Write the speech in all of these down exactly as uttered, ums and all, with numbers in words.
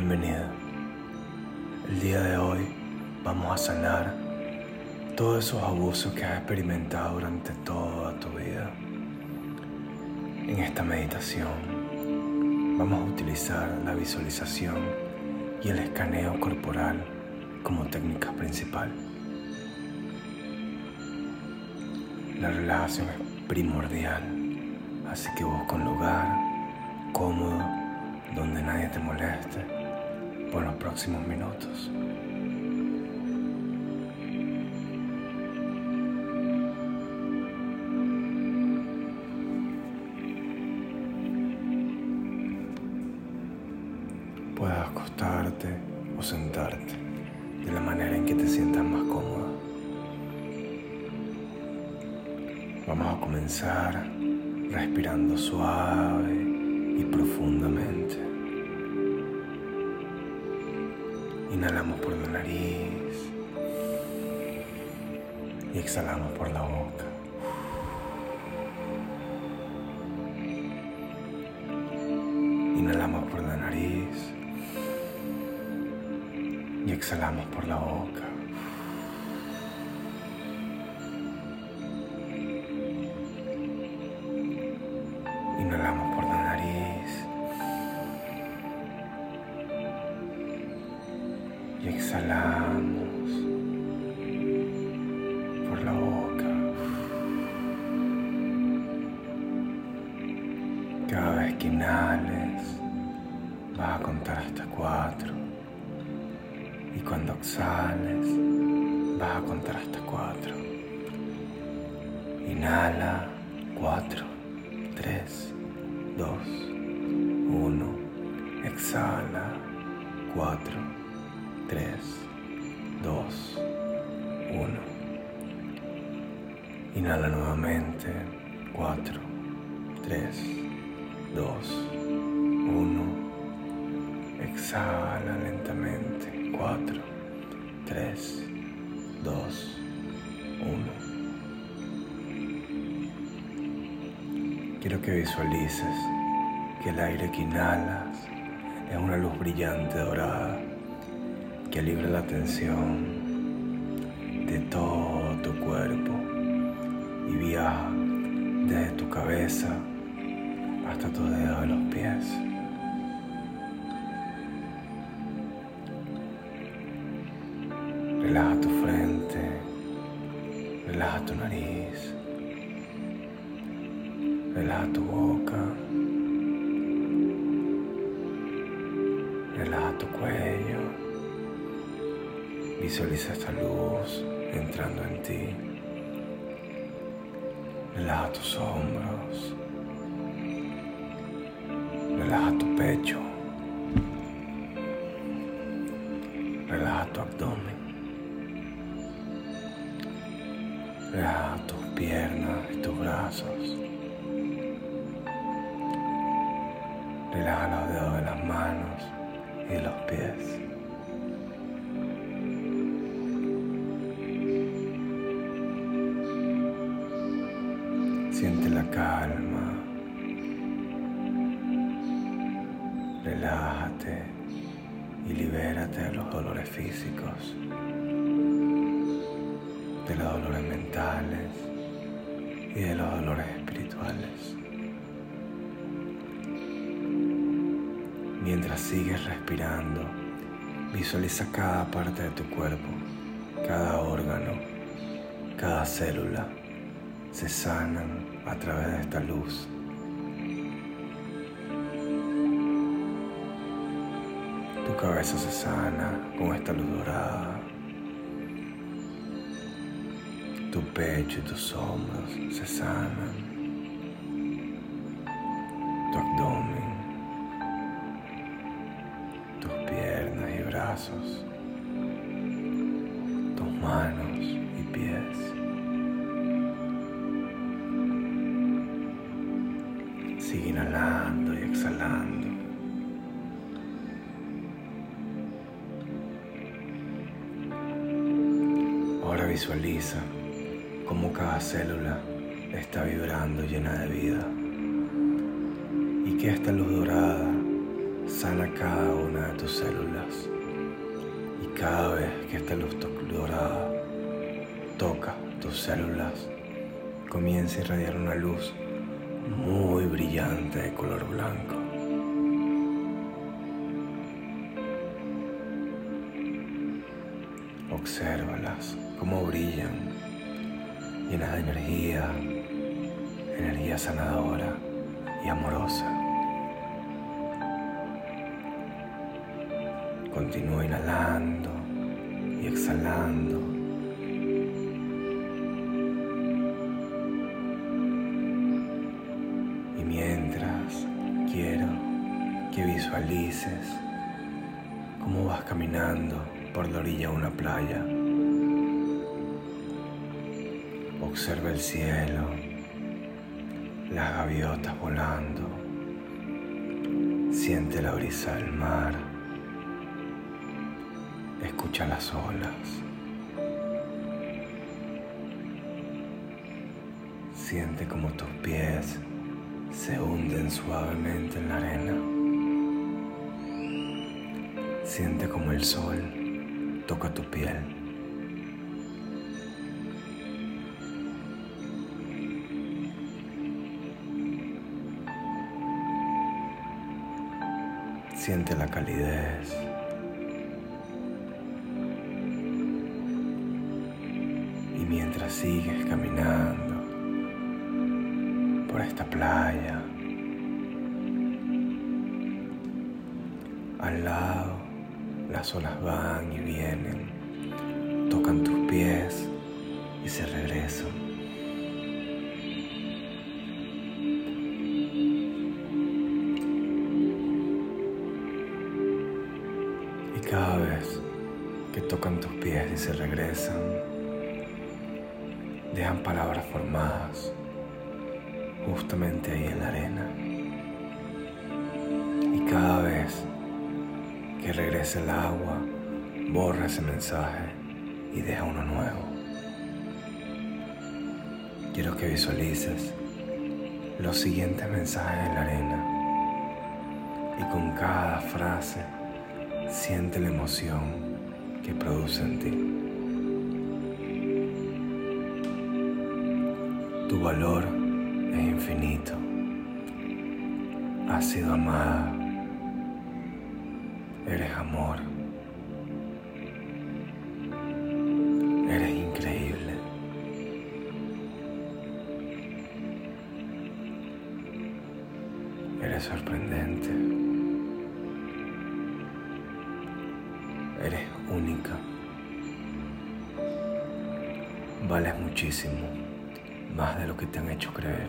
Bienvenido. El día de hoy vamos a sanar todos esos abusos que has experimentado durante toda tu vida. En esta meditación vamos a utilizar la visualización y el escaneo corporal como técnica principal. La relajación es primordial, así que busca un lugar cómodo donde nadie te moleste por los próximos minutos. Puedes acostarte o sentarte de la manera en que te sientas más cómoda. Vamos a comenzar respirando suave y profundamente. Inhalamos por la nariz y exhalamos por la boca. Inhalamos por la nariz y exhalamos por la boca. Inhalamos por la nariz y exhalamos por la boca. Cada vez que inhales, vas a contar hasta cuatro. Y cuando exhales, vas a contar hasta cuatro. Inhala, cuatro, tres, dos, uno. Exhala, cuatro, tres, dos, uno. Inhala nuevamente, cuatro, tres, dos, uno. Exhala lentamente, cuatro, tres, dos, uno. Quiero que visualices que el aire que inhalas es una luz brillante dorada que libera la tensión de todo tu cuerpo y viaja desde tu cabeza hasta tus dedos de los pies. Relaja tu frente, relaja tu nariz, relaja tu boca, relaja tu cuello. Visualiza esta luz entrando en ti. Relaja tus hombros, relaja tu pecho, relaja tu abdomen. Relaja tus piernas y tus brazos. Relaja los dedos de las manos y de los pies. Siente la calma. Relájate y libérate de los dolores físicos, de los dolores mentales y de los dolores espirituales. Mientras sigues respirando, visualiza cada parte de tu cuerpo, cada órgano, cada célula se sanan a través de esta luz. Tu cabeza se sana con esta luz dorada. Tu pecho y tus hombros se sanan. Tu abdomen, tus piernas y brazos, tus manos y pies. Sigue inhalando y exhalando. Ahora visualiza cómo cada célula está vibrando llena de vida y que esta luz dorada sana cada una de tus células. Y cada vez que esta luz dorada toca tus células, comienza a irradiar una luz muy brillante de color blanco. Obsérvalas cómo brillan, llenas de energía, energía sanadora y amorosa. Continúa inhalando y exhalando. Y mientras, quiero que visualices cómo vas caminando por la orilla de una playa. Observa el cielo, las gaviotas volando. Siente la brisa del mar. Escucha las olas. Siente como tus pies se hunden suavemente en la arena. Siente como el sol toca tu piel. Siente la calidez. Y mientras sigues caminando por esta playa, al lado las olas van y vienen, tocan tus pies y se regresan. Y cada vez que tocan tus pies y se regresan, dejan palabras formadas justamente ahí en la arena. Y cada vez que regrese el agua, borra ese mensaje y deja uno nuevo. Quiero que visualices los siguientes mensajes en la arena y con cada frase siente la emoción que produce en ti. Tu valor es infinito. Has sido amada. Eres amor. Eres increíble. Eres sorprendente. Eres única. Vales muchísimo, más de lo que te han hecho creer.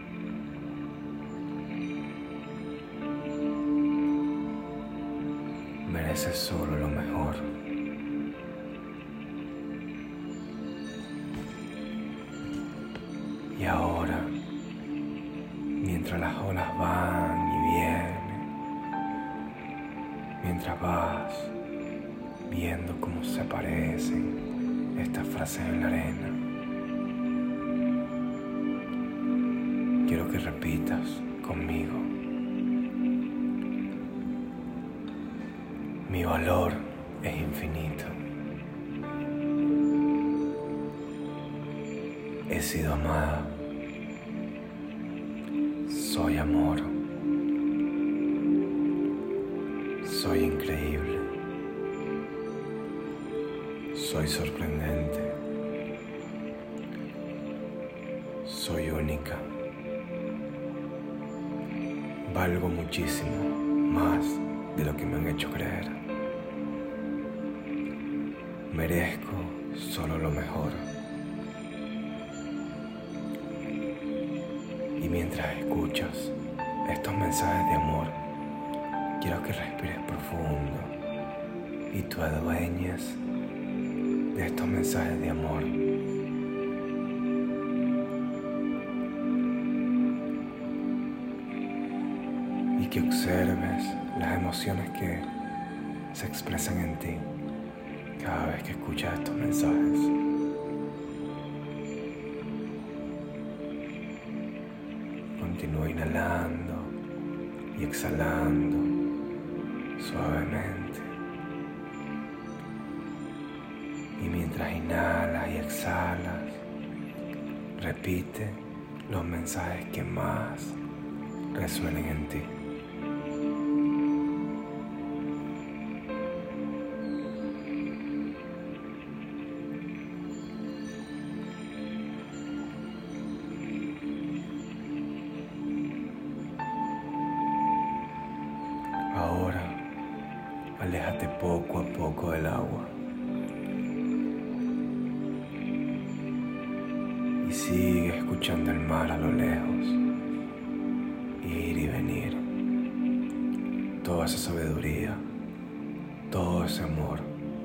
Mereces solo lo mejor. Y ahora, mientras las olas van y vienen, mientras vas viendo cómo se aparecen estas frases en la arena, quiero que repitas conmigo. Mi valor es infinito. He sido amada. Soy amor. Soy increíble. Soy sorprendente. Soy única. Valgo muchísimo más de lo que me han hecho creer. Merezco solo lo mejor. Y mientras escuchas estos mensajes de amor, quiero que respires profundo y te adueñes de estos mensajes de amor. Y que observes las emociones que se expresan en ti cada vez que escuchas estos mensajes. Continúa inhalando y exhalando suavemente. Y mientras inhalas y exhalas, repite los mensajes que más resuenen en ti. Ahora, aléjate poco a poco del agua y sigue escuchando el mar a lo lejos, ir y venir, toda esa sabiduría, todo ese amor.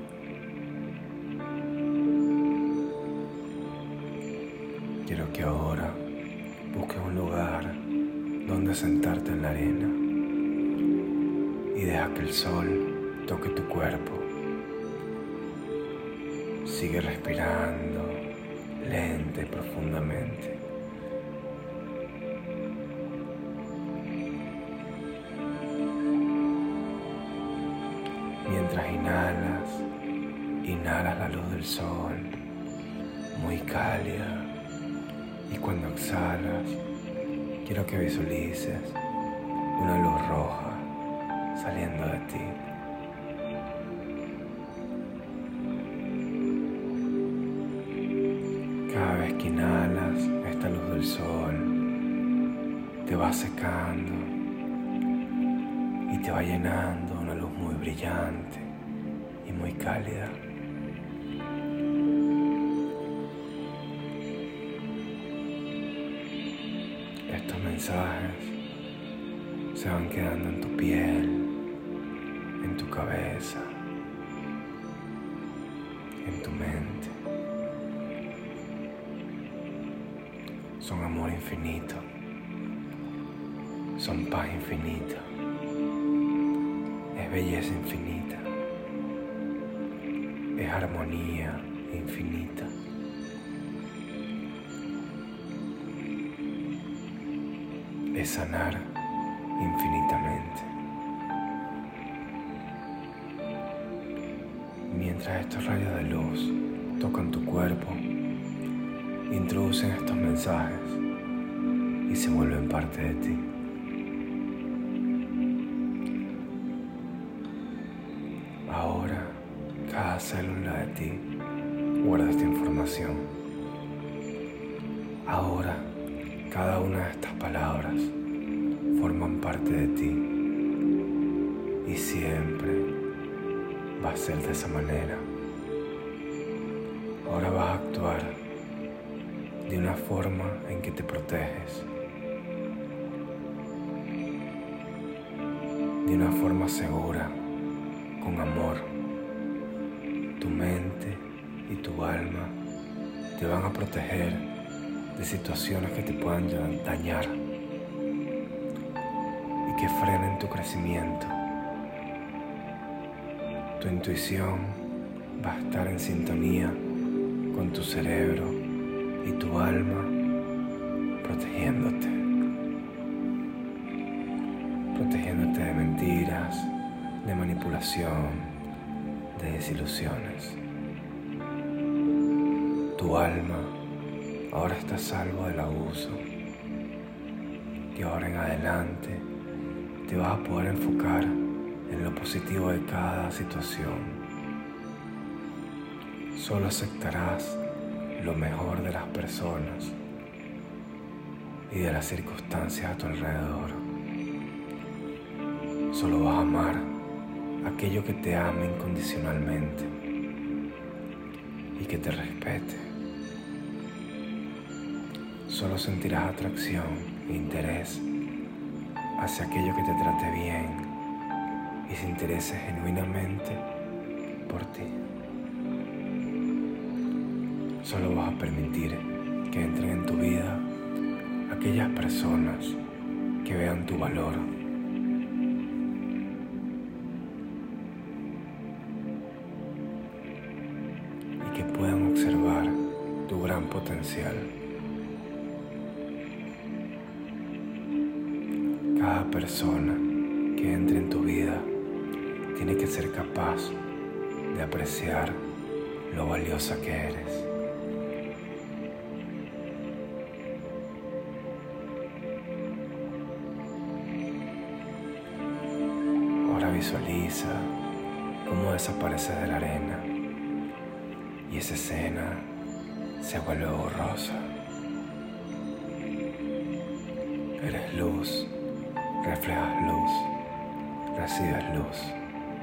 Quiero que ahora busques un lugar donde sentarte en la arena y deja que el sol toque tu cuerpo. Sigue respirando lenta y profundamente. Mientras inhalas, inhalas la luz del sol, muy cálida. Y cuando exhalas, quiero que visualices una luz roja saliendo de ti. Cada vez que inhalas esta luz del sol, te va secando y te va llenando una luz muy brillante y muy cálida. Estos mensajes se van quedando en tu piel, en tu cabeza, en tu mente. Son amor infinito, son paz infinita, es belleza infinita, es armonía infinita. Es sanar infinitamente. Mientras estos rayos de luz tocan tu cuerpo, introducen estos mensajes y se vuelven parte de ti. Ahora, cada célula de ti guarda esta información. Ahora, cada una de estas palabras forman parte de ti y siempre va a ser de esa manera. Ahora vas a actuar de una forma en que te proteges, de una forma segura, con amor. Tu mente y tu alma te van a proteger de situaciones que te puedan dañar y que frenen tu crecimiento. Tu intuición va a estar en sintonía con tu cerebro y tu alma, protegiéndote, protegiéndote de mentiras, de manipulación, de desilusiones. Tu alma ahora está a salvo del abuso y ahora en adelante te vas a poder enfocar en lo positivo de cada situación. Solo aceptarás lo mejor de las personas y de las circunstancias a tu alrededor. Solo vas a amar aquello que te ame incondicionalmente y que te respete. Solo sentirás atracción e interés hacia aquello que te trate bien y se interese genuinamente por ti. Solo vas a permitir que entren en tu vida aquellas personas que vean tu valor y que puedan observar tu gran potencial. Cada persona que entre en tu vida tiene que ser capaz de apreciar lo valiosa que eres. Ahora visualiza cómo desapareces de la arena y esa escena se vuelve borrosa. Eres luz, reflejas luz, recibes luz.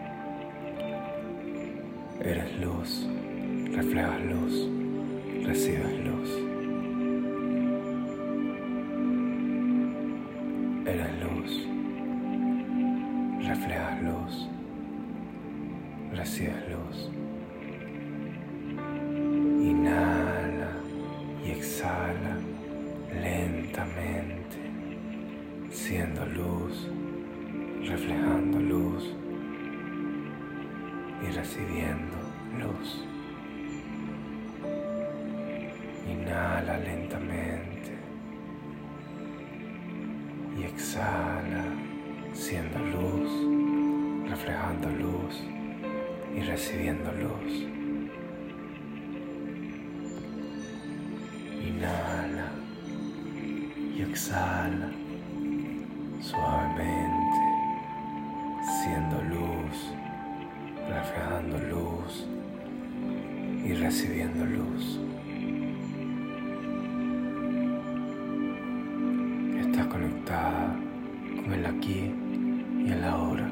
Eres luz, reflejas luz, recibes luz. Eres luz, reflejas luz, recibes luz. Inhala y exhala lentamente, siendo luz, reflejando luz y recibiendo luz. Inhala lentamente y exhala, siendo luz, reflejando luz y recibiendo luz. Inhala y exhala suavemente, siendo luz, reflejando luz y recibiendo luz. Estás conectada con el aquí y el ahora.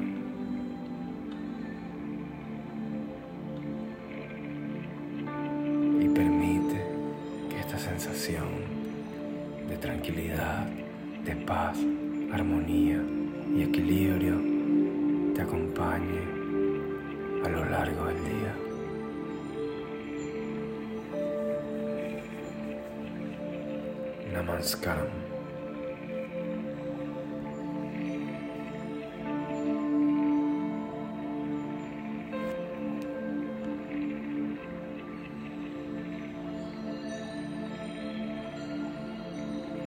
Y permite que esta sensación de tranquilidad, de paz, armonía y equilibrio te acompañe a lo largo del día. Namaskaram.